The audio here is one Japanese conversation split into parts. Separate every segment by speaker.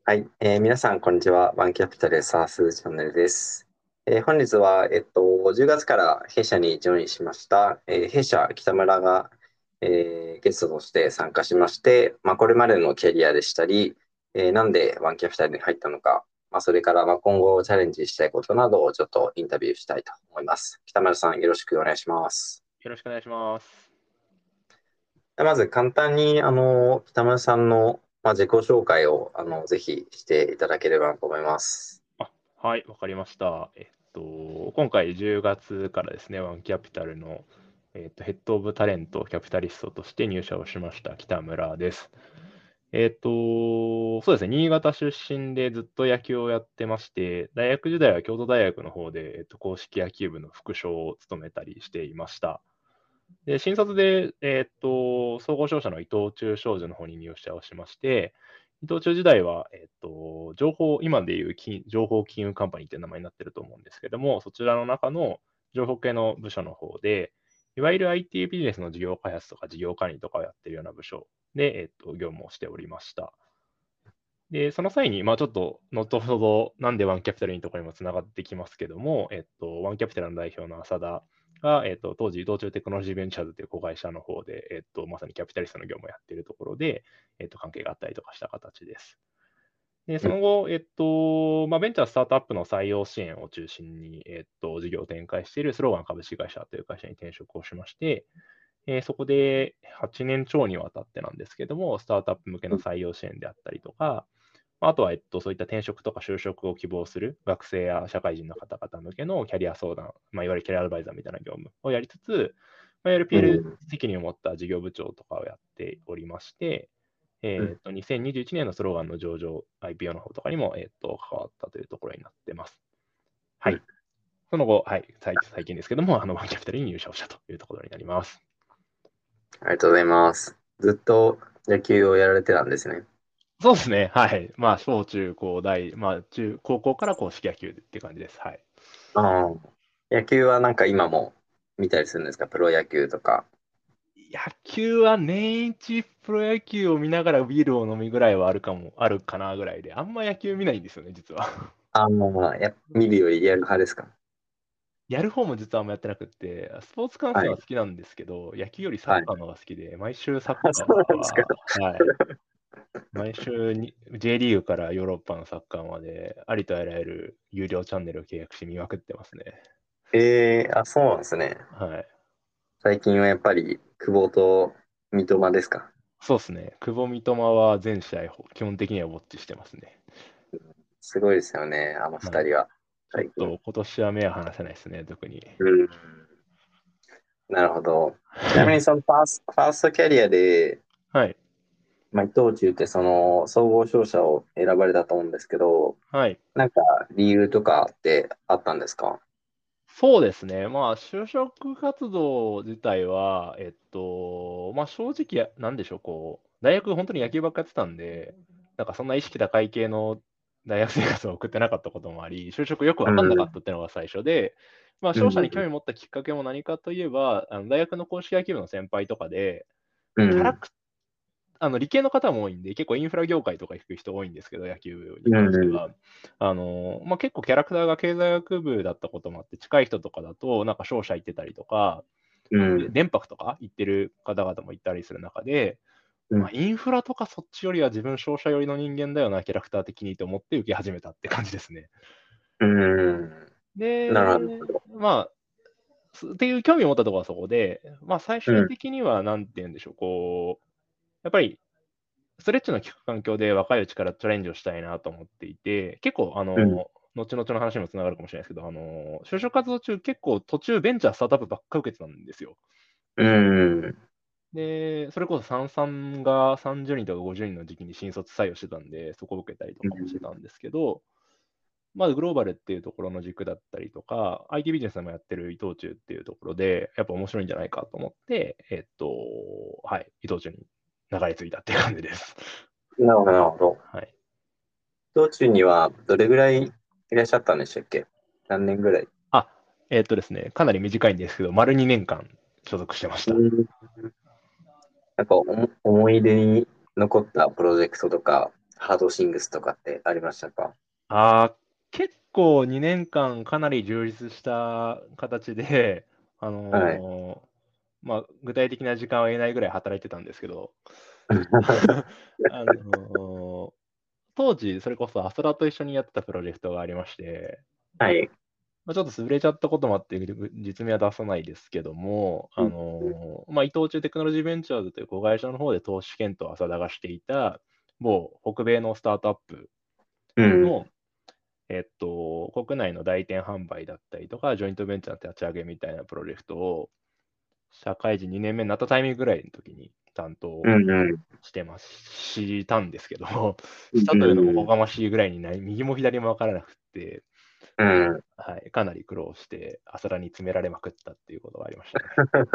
Speaker 1: はい、皆さん、こんにちは。ワンキャピタルサースチャンネルです。本日は、10月から弊社にジョインしました、弊社北村が、ゲストとして参加しまして、これまでのキャリアでしたり、なんでワンキャピタルに入ったのか、それから、今後チャレンジしたいことなどをちょっとインタビューしたいと思います。北村さん、よろしくお願いします。
Speaker 2: よろしくお願いします。
Speaker 1: まず簡単に、北村さんの、自己紹介を、ぜひしていただければと思います。
Speaker 2: はい、わかりました。今回10月からですね、ワンキャピタルの、ヘッドオブタレントキャピタリストとして入社をしました北村です。そうですね、新潟出身でずっと野球をやってまして、大学時代は京都大学の方で、硬式野球部の副将を務めたりしていました。で、新卒で、総合商社の伊藤忠商事の方に入社をしまして、伊藤忠時代は、今でいう情報金融カンパニーっていう名前になってると思うんですけども、そちらの中の情報系の部署の方で、いわゆる IT ビジネスの事業開発とか事業管理とかをやってるような部署で、業務をしておりました。で、その際に、ちょっと、後ほど、なんでワンキャピタルにところにもつながってきますけども、ワンキャピタルの代表の浅田が、当時、移動中テクノロジーベンチャーズという子会社の方で、まさにキャピタリストの業務をやっているところで、関係があったりとかした形です。で、その後、ベンチャースタートアップの採用支援を中心に、事業を展開しているスローガン株式会社という会社に転職をしまして、そこで8年超にわたってなんですけども、スタートアップ向けの採用支援であったりとか、あとは、そういった転職とか就職を希望する学生や社会人の方々向けのキャリア相談、いわゆるキャリアアドバイザーみたいな業務をやりつつ、いわゆる
Speaker 1: う
Speaker 2: PL
Speaker 1: ん。
Speaker 2: 責任を持った事業部長とかをやっておりまして、
Speaker 1: うん。
Speaker 2: 2021年のスローガンの上場 IPO の方とかにも、関わったというところになってます。
Speaker 1: うん。
Speaker 2: はい。その後、はい、最近ですけども、ワンキャピタルに入社をしたというところになります。
Speaker 1: ありがとうございます。ずっと野球をやられてたんですね。
Speaker 2: そうですね。はい。小中高大、高校から硬式野球っていう感じです。はい。
Speaker 1: ああ。野球はなんか今も見たりするんですか？プロ野球とか。
Speaker 2: 野球は年一プロ野球を見ながらビールを飲みぐらいはあるかなぐらいで、あんま野球見ないんですよね、実は。
Speaker 1: 見るよりやる派ですか？
Speaker 2: やる方も実はあんまやってなくって、スポーツ観戦は
Speaker 1: はい。
Speaker 2: 好きなんですけど、野球よりサッ
Speaker 1: はい。
Speaker 2: カーの方が好きで、毎週サッカー
Speaker 1: そうなんですか。
Speaker 2: は、はい。毎週に J リーグからヨーロッパのサッカーまで、ありとあらゆる有料チャンネルを契約して見まくってますね。
Speaker 1: そうなんですね。
Speaker 2: はい。
Speaker 1: 最近はやっぱり久保と三笘ですか？
Speaker 2: そうですね。久保、三笘は全試合、基本的にはウォッチしてますね。
Speaker 1: すごいですよね、あの
Speaker 2: はい。
Speaker 1: 二人は。
Speaker 2: ちょっ
Speaker 1: 最近。
Speaker 2: と今年は目は離せないですね、特に。
Speaker 1: うん。なるほど。ちなみにそのファーストキャリアで、
Speaker 2: はい。
Speaker 1: 伊藤忠ってその総合商社を選ばれたと思うんですけど、
Speaker 2: はい。
Speaker 1: なんか理由とかってあったんですか？
Speaker 2: そうですね。就職活動自体は、正直、なんでしょう、大学本当に野球ばっかやってたんで、なんかそんな意識高い系の大学生活を送ってなかったこともあり、就職よくわかんなかっ
Speaker 1: うん。
Speaker 2: たっていうのが最初で、商社に興
Speaker 1: うん。
Speaker 2: 味持ったきっかけも何かといえば、大学の硬式野球部の先輩とかで、
Speaker 1: うん。
Speaker 2: キャラク理系の方も多いんで、結構インフラ業界とか行く人多いんですけど、野球に
Speaker 1: うん。
Speaker 2: 関しては。結構キャラクターが経済学部だったこともあって、近い人とかだと、なんか商社行ってたりとか、
Speaker 1: うん。
Speaker 2: 電泊とか行ってる方々もいたりする中で、
Speaker 1: うん。
Speaker 2: インフラとかそっちよりは自分商社寄りの人間だよな、キャラクター的にと思って受け始めたって感じですね。
Speaker 1: うん。なる
Speaker 2: で、
Speaker 1: ほど。
Speaker 2: っていう興味を持ったところはそこで、最
Speaker 1: うん。
Speaker 2: 終的には、なんて言うんでしょう、やっぱりストレッチの効く環境で若いうちからチャレンジをしたいなと思っていて、結構
Speaker 1: うん。
Speaker 2: 後々の話にもつながるかもしれないですけど、就職活動中、結構途中ベンチャースタートアップばっか受けてたんですよ。
Speaker 1: うん。
Speaker 2: で、それこそ33が30人とか50人の時期に新卒採用してたんで、そこを受けたりとかもしてたんですけど、まずグローバルっていうところの軸だったりとか、IT ビジネスでもやってる伊藤忠っていうところで、やっぱ面白いんじゃないかと思って、はい、伊藤忠に流れ着いたっていう感じです。
Speaker 1: なるほど、なるほど。
Speaker 2: はい。
Speaker 1: 道中にはどれぐらいいらっしゃったんでしたっけ？何年ぐらい？
Speaker 2: あ、ですね、かなり短いんですけど、丸2年間所属してました。
Speaker 1: うん。なんか思い出に残ったプロジェクトとかハードシングスとかってありましたか？
Speaker 2: 結構2年間かなり充実した形で、
Speaker 1: はい。
Speaker 2: 具体的な時間は言えないぐらい働いてたんですけど、あのー当時、それこそアスラと一緒にやってたプロジェクトがありまして、
Speaker 1: はい。
Speaker 2: ちょっと潰れちゃったこともあって、実名は出さないですけども、伊藤忠テクノロジーベンチャーズという子会社の方で投資検討を浅田がしていた、某北米のスタートアップ
Speaker 1: うん。
Speaker 2: の、国内の代店販売だったりとか、ジョイントベンチャーの立ち上げみたいなプロジェクトを、社会人2年目になったタイミングぐらいの時に担当
Speaker 1: うんうん。
Speaker 2: したんですけど、
Speaker 1: う
Speaker 2: したというのもおこ
Speaker 1: ん。
Speaker 2: がましいぐらいに右も左も分からなくて、
Speaker 1: うん。
Speaker 2: はい、かなり苦労して、朝ラに詰められまくったっていうことがありましたね。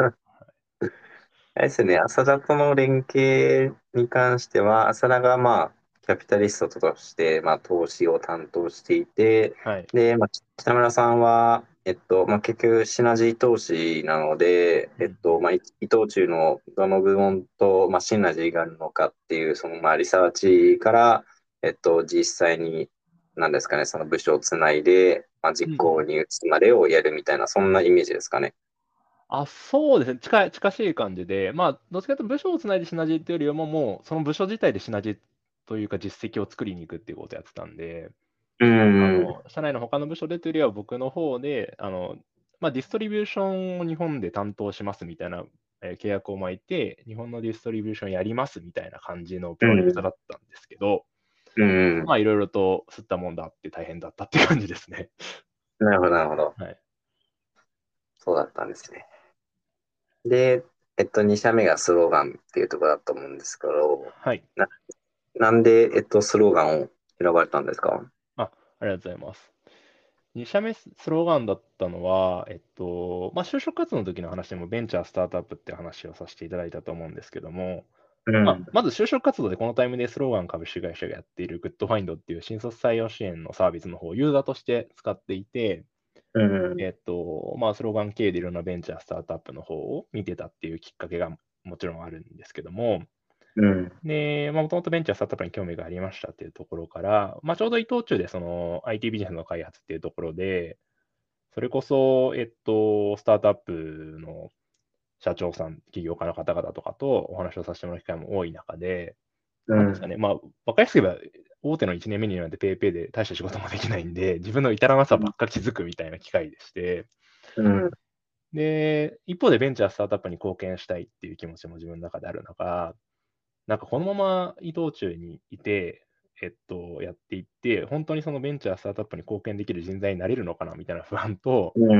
Speaker 1: あれですね、浅田との連携に関しては、浅田がキャピタリストとして、投資を担当していて、
Speaker 2: はい。
Speaker 1: で、北村さんは、結局、シナジー投資なので、
Speaker 2: うんうん。
Speaker 1: 伊藤忠のどの部門と、シナジーがあるのかっていう、リサーチから、実際に、何ですかね、その部署をつないで、実
Speaker 2: うんうん。
Speaker 1: 行に移すまでをやるみたいな、そんなイメージですかね。
Speaker 2: そうですね。近しい感じで、どっちかというと部署をつないでシナジーっていうよりはもう、その部署自体でシナジーというか実績を作りに行くっていうことをやってたんで、
Speaker 1: うん。
Speaker 2: 社内の他の部署でというよりは僕の方で、ディストリビューションを日本で担当しますみたいな、契約を巻いて、日本のディストリビューションやりますみたいな感じのプロジェクト
Speaker 1: うん。
Speaker 2: だったんですけど、
Speaker 1: うん。
Speaker 2: いろいろと吸ったもんだって大変だったっていう感じですね。
Speaker 1: なるほど、なるほど。
Speaker 2: はい。
Speaker 1: そうだったんですね。で、2社目がスローガンっていうところだと思うんですけど、
Speaker 2: はい。
Speaker 1: な、なんで、スローガンを選ばれたんですか？
Speaker 2: ありがとうございます。2社目スローガンだったのは、就職活動の時の話でもベンチャースタートアップっていう話をさせていただいたと思うんですけども、
Speaker 1: うん。
Speaker 2: まず就職活動でこのタイムでスローガン株式会社がやっているグッドファインドっていう新卒採用支援のサービスの方をユーザーとして使っていて、
Speaker 1: うん。
Speaker 2: スローガン系でいろんなベンチャースタートアップの方を見てたっていうきっかけがもちろんあるんですけども、
Speaker 1: うん。
Speaker 2: で、もともとベンチャースタートアップに興味がありましたっていうところから、ちょうど伊藤忠でその IT ビジネスの開発っていうところで、それこそ、スタートアップの社長さん、起業家の方々とかとお話をさせてもらう機会も多い中で、
Speaker 1: うん。
Speaker 2: なんですかね、わかりやすく言えば、大手の1年目になんてペイペイで大した仕事もできないんで、自分の至らなさばっかり気づくみたいな機会でして、
Speaker 1: うん。
Speaker 2: で、一方でベンチャースタートアップに貢献したいっていう気持ちも自分の中である中、なんかこのまま移動中にいて、やっていって、本当にそのベンチャースタートアップに貢献できる人材になれるのかなみたいな不安と、
Speaker 1: うん。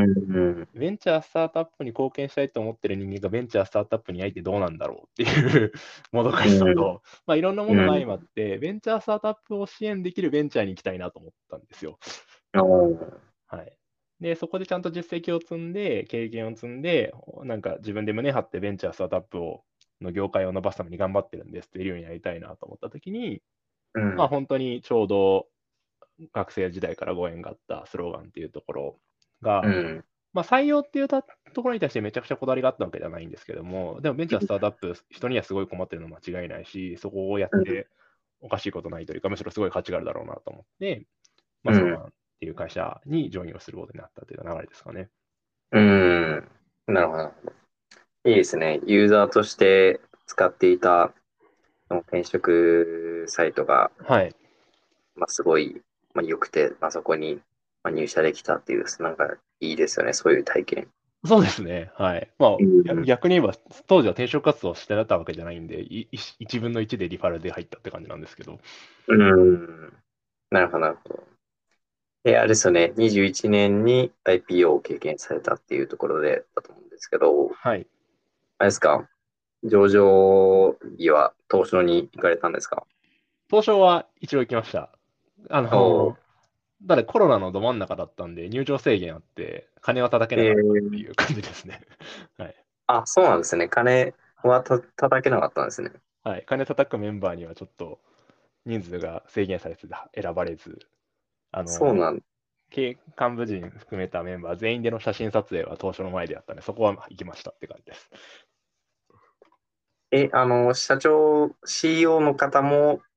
Speaker 2: ベンチャースタートアップに貢献したいと思ってる人間がベンチャースタートアップに焼いてどうなんだろうっていうもどかしさ
Speaker 1: うん。
Speaker 2: と、いろんなものが相まって、ベンチャースタートアップを支援できるベンチャーに行きたいなと思ったんですよ。
Speaker 1: おー。
Speaker 2: はい。で、そこでちゃんと実績を積んで、経験を積んで、なんか自分で胸張ってベンチャースタートアップの業界を伸ばすために頑張ってるんですって言えるようになりたいなと思ったときに、
Speaker 1: うん。
Speaker 2: 本当にちょうど学生時代からご縁があったスローガンっていうところが、
Speaker 1: うん。
Speaker 2: 採用っていうところに対してめちゃくちゃこだわりがあったわけじゃないんですけども、でもベンチャースタートアップ、人にはすごい困ってるのは間違いないし、そこをやっておかしいことないというか、むしろすごい価値があるだろうなと思って、
Speaker 1: うん。
Speaker 2: スローガンっていう会社にジョインをすることになったという流れですかね。
Speaker 1: うん。なるほど。いいですね。ユーザーとして使っていたその転職サイトが、
Speaker 2: はい。
Speaker 1: すごい、良くて、そこに、入社できたっていう、なんかいいですよね。そういう体験。
Speaker 2: そうですね。はい。
Speaker 1: うん。
Speaker 2: 逆に言えば、当時は転職活動をしてたわけじゃないんで、1分の1でリファラルで入ったって感じなんですけど。
Speaker 1: うん。なるほど、なるほど。あれですよね。21年に IPO を経験されたっていうところでだと思うんですけど、
Speaker 2: はい。
Speaker 1: あれですか？上場日は東証に行かれたんですか？
Speaker 2: 東証は一応行きました。
Speaker 1: おー。
Speaker 2: ただコロナのど真ん中だったんで、入場制限あって、金は叩けなかったっていう感じですね。はい。
Speaker 1: そうなんですね。金は叩けなかったんですね。
Speaker 2: はい。金叩くメンバーにはちょっと人数が制限されて選ばれず、あの、
Speaker 1: そうなん。
Speaker 2: 幹部陣含めたメンバー全員での写真撮影は当初の前でやったんで、そこは行きましたって感じです。
Speaker 1: 社長、CEO の方も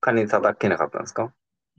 Speaker 1: 金叩けなかったんですか？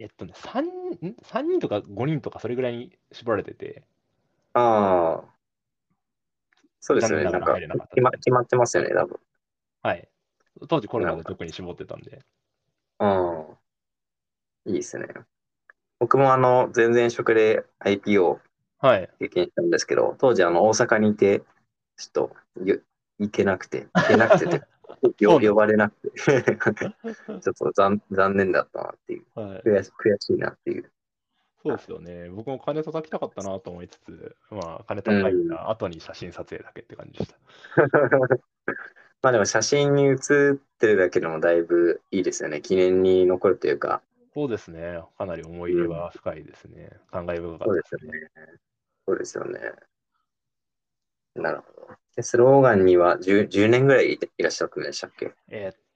Speaker 2: 3人とか5人とかそれぐらいに絞られてて、
Speaker 1: ああ、そうですよね。
Speaker 2: 残念ながら
Speaker 1: なんか、
Speaker 2: 入れなかったって感じ。
Speaker 1: 決まってますよね、多分。
Speaker 2: はい。当時コロナ
Speaker 1: なんか、
Speaker 2: で特に絞ってたんで。
Speaker 1: ああ、いいですね。僕も全然職で IPO
Speaker 2: はい。
Speaker 1: 経験したんですけど、当時大阪にいて、ちょっと行けなくてて、呼
Speaker 2: そうなんです
Speaker 1: ばれなくてちょっと残念だったなっていう、
Speaker 2: ね。はい。
Speaker 1: 悔しいなっていう。
Speaker 2: そうですよね。僕も金叩きたかったなと思いつつ、まあ、金
Speaker 1: う
Speaker 2: 叩い
Speaker 1: ん。
Speaker 2: た後に写真撮影だけって感じでした。
Speaker 1: まあでも写真に写ってるだけでもだいぶいいですよね。記念に残るというか。
Speaker 2: そうですね。かなり思い入れ
Speaker 1: うん。
Speaker 2: は深いですね。感慨深かっ
Speaker 1: そう
Speaker 2: たですね。
Speaker 1: ですよね。そうですよね。なるほど。で、スローガンには10年ぐらいいらっしゃったんでしたっけ？
Speaker 2: えーっ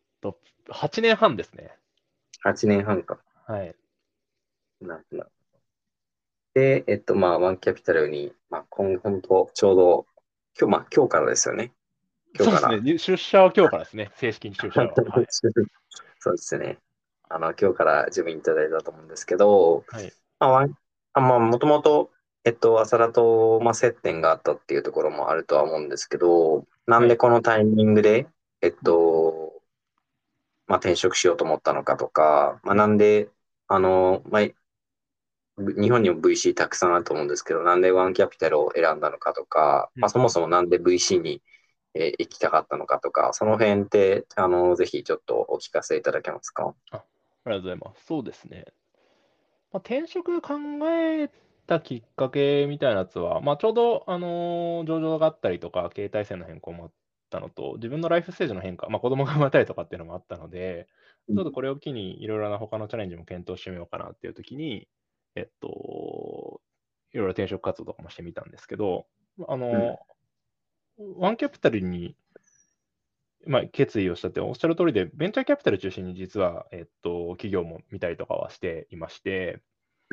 Speaker 2: 8年半ですね。
Speaker 1: 8 年半か。
Speaker 2: はい。
Speaker 1: なるほど。で、まあ、ワンキャピタルに、まあ、本当、ちょうど、今日からですよね。今
Speaker 2: そうですね。
Speaker 1: 日から。
Speaker 2: 出社は今日からですね。正式に出社は。はい。
Speaker 1: そうですね。今日から自分いただいたと思うんですけど、
Speaker 2: はい。
Speaker 1: まあ、まあ、もともと、浅田と、まあ、接点があったっていうところもあるとは思うんですけど、なんで
Speaker 2: はい。
Speaker 1: このタイミングで、
Speaker 2: うん。
Speaker 1: まあ、転職しようと思ったのかとか、まあ、
Speaker 2: うん。
Speaker 1: なんで、まあ、日本にも VC たくさんあると思うんですけど、なんでワンキャピタルを選んだのかとか、まあ、
Speaker 2: うん。
Speaker 1: そもそもなんで VC に、行きたかったのかとか、その辺って、ぜひちょっとお聞かせいただけますか？
Speaker 2: ありがとうございます。そうですね。まあ、転職考えたきっかけみたいなやつは、まあ、ちょうど、上場があったりとか、経営体制の変更もあったのと、自分のライフステージの変化、まあ、子供が生まれたりとかっていうのもあったので、
Speaker 1: うん。
Speaker 2: ちょっとこれを機にいろいろな他のチャレンジも検討してみようかなっていう時に、えっと、いろいろ転職活動とかもしてみたんですけど、あ
Speaker 1: うん。
Speaker 2: の、ワンキャピタルに、まあ、決意をしたっておっしゃる通りで、ベンチャーキャピタル中心に実は、企業も見たりとかはしていまして、
Speaker 1: うん。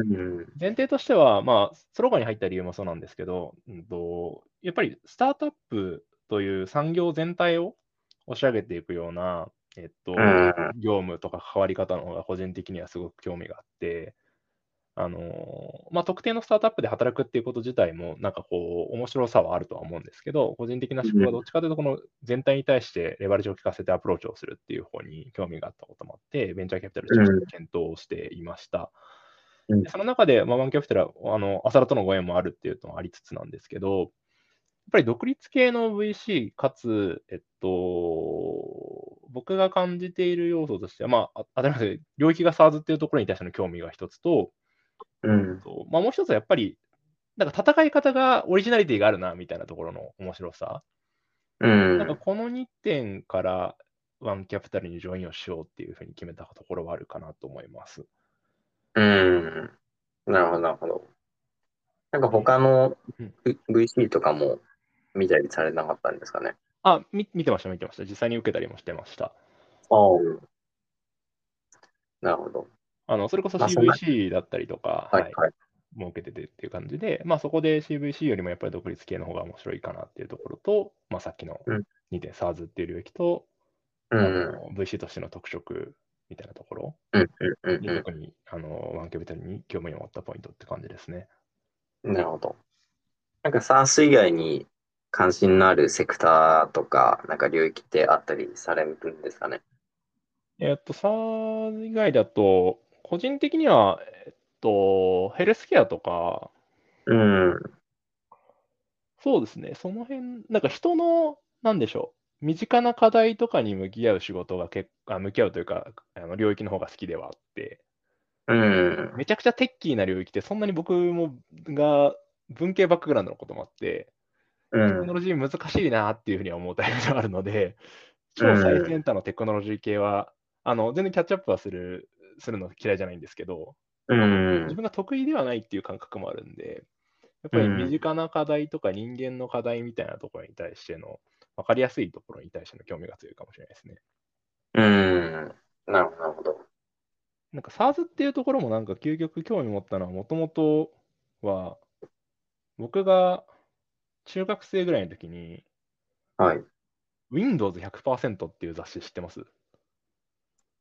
Speaker 2: 前提としては、まあ、スローガンに入った理由もそうなんですけど、やっぱりスタートアップという産業全体を押し上げていくような、
Speaker 1: うん。
Speaker 2: 業務とか関わり方の方が個人的にはすごく興味があって、まあ、特定のスタートアップで働くっていうこと自体も、なんかこう、面白さはあるとは思うんですけど、個人的な思考はどっちかというと、この全体に対してレバレッジを効かせてアプローチをするっていう方に興味があったこともあって、ベンチャーキャピタル中心に検討をしていました。
Speaker 1: うん。
Speaker 2: で、その中で、まあ、ワンキャピタルは、アサラとのご縁もあるっていうのはありつつなんですけど、やっぱり独立系の VC かつ、僕が感じている要素としては、まあ、当たり前ですけど領域が SaaS っていうところに対しての興味が一つと、
Speaker 1: うん。
Speaker 2: まあ、もう一つはやっぱり、なんか戦い方がオリジナリティがあるなみたいなところの面白さ。
Speaker 1: う
Speaker 2: なんか
Speaker 1: ん。
Speaker 2: この2点からワンキャピタルにジョインをしようっていうふうに決めたところはあるかなと思います。
Speaker 1: うん。なるほど、なるほど。なんか
Speaker 2: で、
Speaker 1: 他の
Speaker 2: うん、
Speaker 1: VC とかも見たりされなかったんですかね。
Speaker 2: 見てました、見てました。実際に受けたりもしてました。
Speaker 1: ああ、なるほど。
Speaker 2: それこそ
Speaker 1: まあ、そんな、
Speaker 2: CVC だったりとか、
Speaker 1: はい、
Speaker 2: はい、
Speaker 1: はい。
Speaker 2: 設けててっていう感じで、まあそこで CVC よりもやっぱり独立系の方が面白いかなっていうところと、まあさっきの
Speaker 1: うん。
Speaker 2: 2点 SaaS っていう領域と、
Speaker 1: うん。
Speaker 2: VC としての特色みたいなところ
Speaker 1: うん。うん。う
Speaker 2: に特に、ワンキャピタルに興味を持ったポイントって感じですね。
Speaker 1: ん。なるほど。なんか SaaS 以外に関心のあるセクターとか、なんか領域ってあったりされるんですかね。
Speaker 2: SaaS 以外だと、個人的には、ヘルスケアとか、
Speaker 1: うん。
Speaker 2: そうですね、その辺、なんか人の、なんでしょう、身近な課題とかに向き合う仕事が向き合うというか、領域の方が好きではあって、
Speaker 1: うん。
Speaker 2: めちゃくちゃテッキーな領域ってそんなに僕も文系バックグラウンドのこともあって、
Speaker 1: うん。
Speaker 2: テクノロジー難しいなっていうふうには思うタイプではあるので、
Speaker 1: う
Speaker 2: 超最
Speaker 1: ん。
Speaker 2: 先端のテクノロジー系は、全然キャッチアップはするの嫌いじゃないんですけど、
Speaker 1: うん。
Speaker 2: 自分が得意ではないっていう感覚もあるんで、やっぱり身
Speaker 1: うん。
Speaker 2: 近な課題とか人間の課題みたいなところに対しての、分かりやすいところに対しての興味が強いかもしれないですね。
Speaker 1: うん。なるほど、なるほど。
Speaker 2: なんか SaaS っていうところもなんか究極興味持ったのは、もともとは、僕が中学生ぐらいの時に、
Speaker 1: はい。
Speaker 2: Windows 100%っていう雑誌知ってます？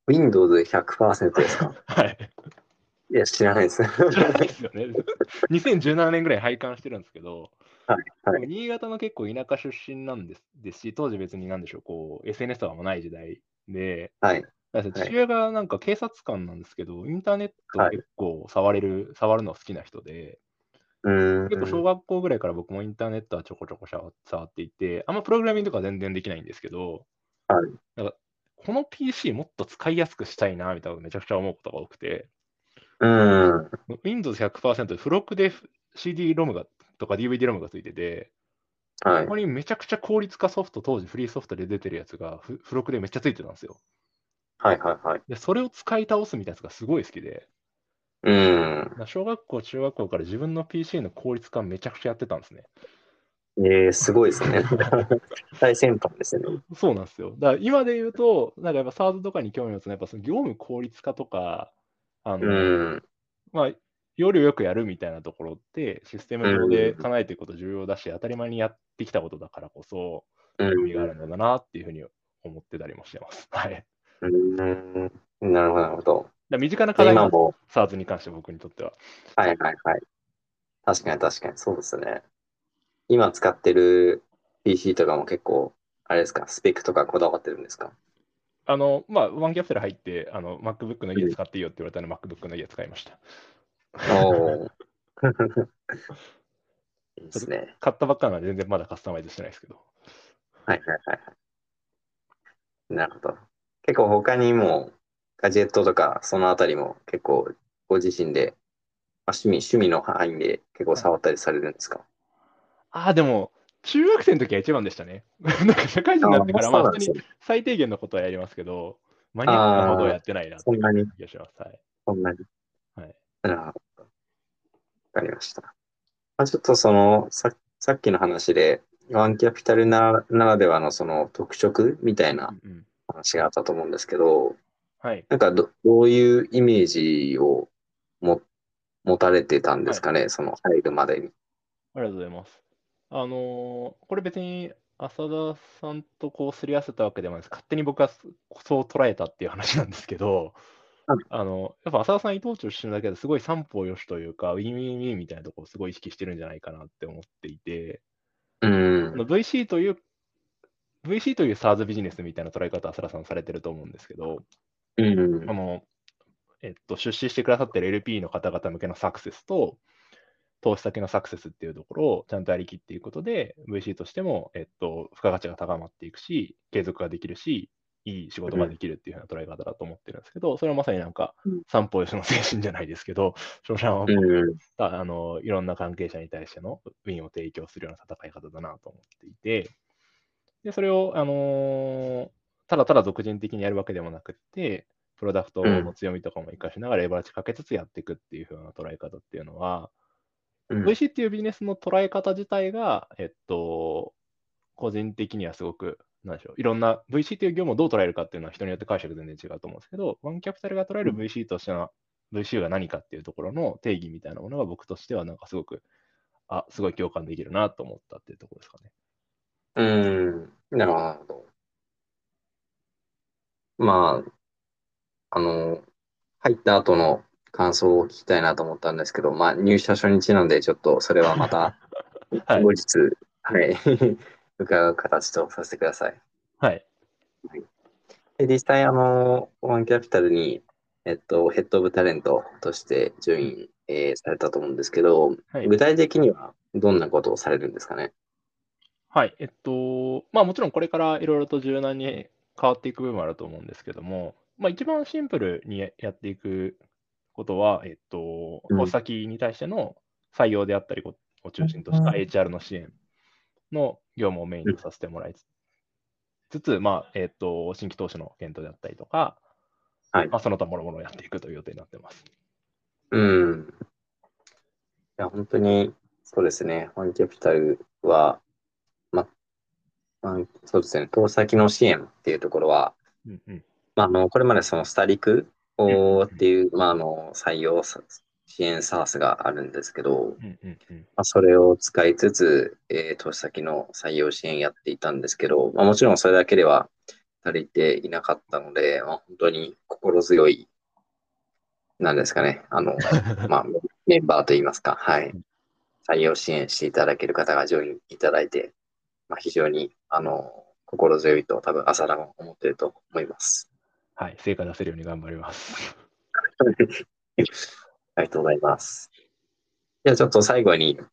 Speaker 1: Windows100% ですか？
Speaker 2: はい。
Speaker 1: いや、知らないです。は
Speaker 2: 知らないですよね。2017年ぐらい拝観してるんですけど、
Speaker 1: い、はい、
Speaker 2: 新潟の結構田舎出身なんですし、当時別になんでしょう、こう、SNS とかもない時代で、
Speaker 1: はい、
Speaker 2: だから
Speaker 1: はい、
Speaker 2: 父親がなんか警察官なんですけど、インターネット
Speaker 1: はい。
Speaker 2: 結構触るの好きな人で、
Speaker 1: うー
Speaker 2: 結構小
Speaker 1: ん、
Speaker 2: 学校ぐらいから僕もインターネットはちょこちょこ触っていて、あんまプログラミングとか全然できないんですけど、
Speaker 1: はい。
Speaker 2: なんか、この PC もっと使いやすくしたいなみたいなことめちゃくちゃ思うことが多くて、
Speaker 1: うーん、
Speaker 2: Windows 100%で付録でCD ロムとか DVD ロムがついてて、
Speaker 1: はい、
Speaker 2: そこにめちゃくちゃ効率化ソフト、当時フリーソフトで出てるやつが付録でめっちゃついてたんですよ。
Speaker 1: はい、はい、はい。
Speaker 2: で、それを使い倒すみたいなやつがすごい好きで、
Speaker 1: うーん。
Speaker 2: 小学校、中学校から自分の PC の効率化めちゃくちゃやってたんですね。
Speaker 1: すごいですね。最先端ですね。
Speaker 2: そうなんですよ。だから今で言うと、なんかやっぱ SaaS とかに興味を持つのは、やっぱその業務効率化とか、あ
Speaker 1: う
Speaker 2: の、
Speaker 1: ん、
Speaker 2: まあ、要領よくやるみたいなところって、システム
Speaker 1: う
Speaker 2: 上で
Speaker 1: ん、
Speaker 2: 叶えていくこと重要だし、当たり前にやってきたことだからこそ、
Speaker 1: う
Speaker 2: 興味がある
Speaker 1: ん、
Speaker 2: のだなっていうふうに思ってたりもしてます。はい。
Speaker 1: うん、なるほど、なるほど。
Speaker 2: 身近な課
Speaker 1: で、
Speaker 2: 題なんですよ。
Speaker 1: 今も、
Speaker 2: SaaS に関して僕にとっては。
Speaker 1: はい、はい、はい。確かに、確かに、そうですね。今使ってる PC とかも結構、あれですか、スペックとかこだわってるんですか？
Speaker 2: ワンキャピタル入って、MacBook の家
Speaker 1: うん。
Speaker 2: 使っていいよって言われたら MacBook の家使いました。
Speaker 1: おー。いいで
Speaker 2: ちょっと
Speaker 1: すね。
Speaker 2: 買ったばっかなので全然まだカスタマイズしてないですけど。
Speaker 1: はい、はい、はい。なるほど。結構他にも、ガジェットとか、そのあたりも結構、ご自身で、まあ、趣味の範囲で結構
Speaker 2: はい。
Speaker 1: 触ったりされるんですか？
Speaker 2: でも、中学生の時は一番でしたね。なんか社会人
Speaker 1: ああー、
Speaker 2: になってから、まあ、普通に
Speaker 1: そうなんですね。
Speaker 2: 最低限のことはやりますけど、マニアックなほどは
Speaker 1: ああ、
Speaker 2: やってないなって感じ
Speaker 1: そんなに、
Speaker 2: がします。はい。
Speaker 1: そんなに。
Speaker 2: はい。
Speaker 1: ああ、わかりました。まあ、ちょっとさっきの話で、ワンキャピタルならではのその特色みたいな
Speaker 2: うんうん。
Speaker 1: 話があったと思うんですけど、
Speaker 2: はい。
Speaker 1: なんかどういうイメージをも持たれてたんで
Speaker 2: はい。
Speaker 1: すかね、その入るまでに。
Speaker 2: ありがとうございます。これ別に浅田さんとこうすり合わせたわけでもないです。勝手に僕はそう捉えたっていう話なんですけど、
Speaker 1: あ、
Speaker 2: やっぱ浅田さん伊藤忠出身だけですごい三方よしというか、ウィンウィンウィンみたいなところをすごい意識してるんじゃないかなって思っていて、
Speaker 1: うん、
Speaker 2: VC という VC という SaaS ビジネスみたいな捉え方は浅田さんされてると思うんですけど、
Speaker 1: うん、
Speaker 2: あの、出資してくださってる LP の方々向けのサクセスと、投資先のサクセスっていうところをちゃんとやりきっていくことで、VC としても、付加価値が高まっていくし、継続ができるし、いい仕事
Speaker 1: うん、
Speaker 2: ができるっていうような捉え方だと思ってるんですけど、それはまさになんか、
Speaker 1: うん、
Speaker 2: 三歩よしの精神じゃないですけど、商社は
Speaker 1: うん、
Speaker 2: いろんな関係者に対してのウィンを提供するような戦い方だなと思っていて、で、それを、ただただ俗人的にやるわけでもなくって、プロダクトの
Speaker 1: うん、
Speaker 2: 強みとかも活かしながらレバレッジかけつつやっていくっていう風な捉え方っていうのは、
Speaker 1: うん、
Speaker 2: VC っていうビジネスの捉え方自体が、個人的にはすごく、なんでしょう、いろんな VC っていう業務をどう捉えるかっていうのは人によって解釈全然違うと思うんですけど、ワンキャピタルが捉える VC としての VC が何かっていうところの定義みたいなものが僕としてはなんかすごく、すごい共感できるなと思ったっていうところですかね。
Speaker 1: うん、なるほど。まあ、入った後の感想を聞きたいなと思ったんですけど、まあ、入社初日なんで、ちょっとそれはまた
Speaker 2: はい。
Speaker 1: 後日、はい、伺う形とさせてください。
Speaker 2: はい。
Speaker 1: はい。で、実際、ワンキャピタルに、ヘッドオブタレントとして順
Speaker 2: うん。
Speaker 1: 位、されたと思うんですけど、
Speaker 2: はい。
Speaker 1: 具体的にはどんなことをされるんですかね。
Speaker 2: はい。もちろんこれからいろいろと柔軟に変わっていく部分もあると思うんですけども、一番シンプルにやっていくことは、投資
Speaker 1: うん。
Speaker 2: 先に対しての採用であったりを中心とした HR の支援の業務をメイン
Speaker 1: うん。
Speaker 2: とさせてもらいつつ、新規投資の検討であったりとか、
Speaker 1: はい。
Speaker 2: その他諸々をやっていくという予定になっています。
Speaker 1: うん。いや、本当に、そうですね。ワンキャピタルは、ま、そうですね。投資先の支援っていうところは、
Speaker 2: うんうん。
Speaker 1: まあ、これまでそのスタリク
Speaker 2: うんうんうん。
Speaker 1: っていう、まあ、採用支援サースがあるんですけど、
Speaker 2: うんうんうん。
Speaker 1: まあ、それを使いつつ、投資先の採用支援やっていたんですけど、まあ、もちろんそれだけでは足りていなかったので、まあ、本当にこ心強い、なんですかね、まあ、メンバーといいますか、はい。採用支援していただける方がジョインいただいて、まあ、非常に、心強いと多分、朝らも思っていると思います。
Speaker 2: はい、成果出せるように頑張ります。
Speaker 1: ありがとうございます。じゃあちょっと最後に、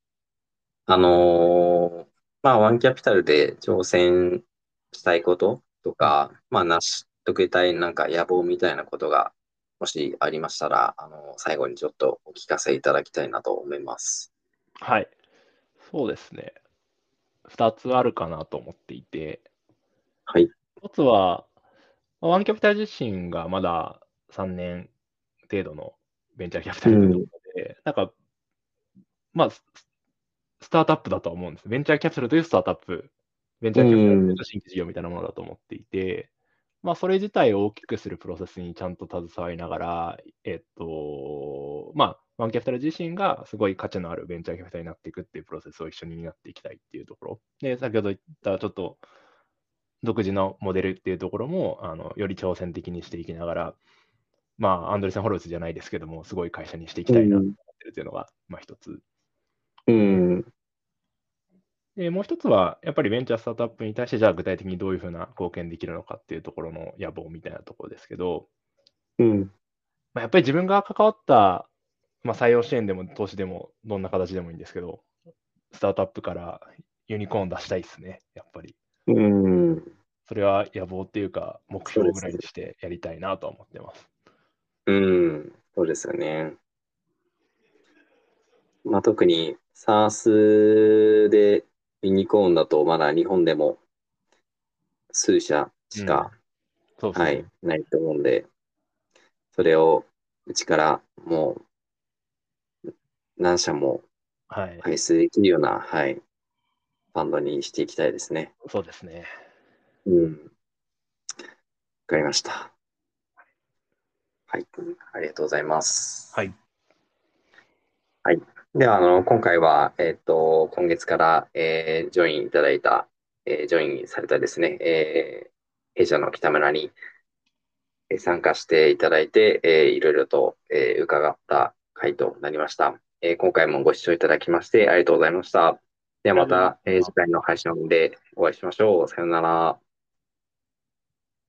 Speaker 1: まあ、ワンキャピタルで挑戦したいことと
Speaker 2: うん、
Speaker 1: か、まあ、成し遂げたいなんか野望みたいなことが、もしありましたら、最後にちょっとお聞かせいただきたいなと思います。
Speaker 2: はい、そうですね。2つあるかなと思っていて、
Speaker 1: はい。
Speaker 2: 1つは、ワンキャピタル自身がまだ3年程度のベンチャーキャピタルというとこ
Speaker 1: うん。
Speaker 2: ろで、なんか、まあ、スタートアップだとは思うんです。ベンチャーキャピタルというスタートアップ、ベンチ
Speaker 1: う
Speaker 2: ャーキャピタルという
Speaker 1: ん。
Speaker 2: と新規事業みたいなものだと思っていて、まあ、それ自体を大きくするプロセスにちゃんと携わりながら、まあ、ワンキャピタル自身がすごい価値のあるベンチャーキャピタルになっていくっていうプロセスを一緒に担っていきたいっていうところ。で、先ほど言ったちょっと独自のモデルっていうところも、より挑戦的にしていきながら、まあ、アンドレセン・ホロウツじゃないですけども、すごい会社にしていきたいなと
Speaker 1: うん。
Speaker 2: 思ってるっていうのが、まあ一つ。
Speaker 1: うん。
Speaker 2: で、もう一つは、やっぱりベンチャースタートアップに対して、じゃあ具体的にどういうふうな貢献できるのかっていうところの野望みたいなところですけど、
Speaker 1: うん。
Speaker 2: まあ、やっぱり自分が関わった、まあ、採用支援でも投資でもどんな形でもいいんですけど、スタートアップからユニコーン出したいですね、やっぱり。
Speaker 1: うん。
Speaker 2: それは野望っていうか、目標ぐらい
Speaker 1: そうですね。
Speaker 2: にしてやりたいなとは思ってます。
Speaker 1: うん。そうですよね。まあ、特に SaaS でユニコーンだとまだ日本でも数社
Speaker 2: うん、
Speaker 1: しか、はい、
Speaker 2: そうですね。
Speaker 1: ないと思うんで、それをうちからもう何社も
Speaker 2: はい、
Speaker 1: 排出できるような、はい、ファンドにしていきたいですね。
Speaker 2: そうですね。
Speaker 1: うん。わかりました。はい。ありがとうございます。
Speaker 2: はい。
Speaker 1: はい。では、今回は、今月から、ジョインいただいた、ジョインされたですね、弊社の北村に参加していただいて、いろいろと、伺った回となりました。今回もご視聴いただきましてありがとうございました。では
Speaker 2: ありがとうござい
Speaker 1: また、次
Speaker 2: ました。
Speaker 1: 回の配信でお会いしましょう。さようなら。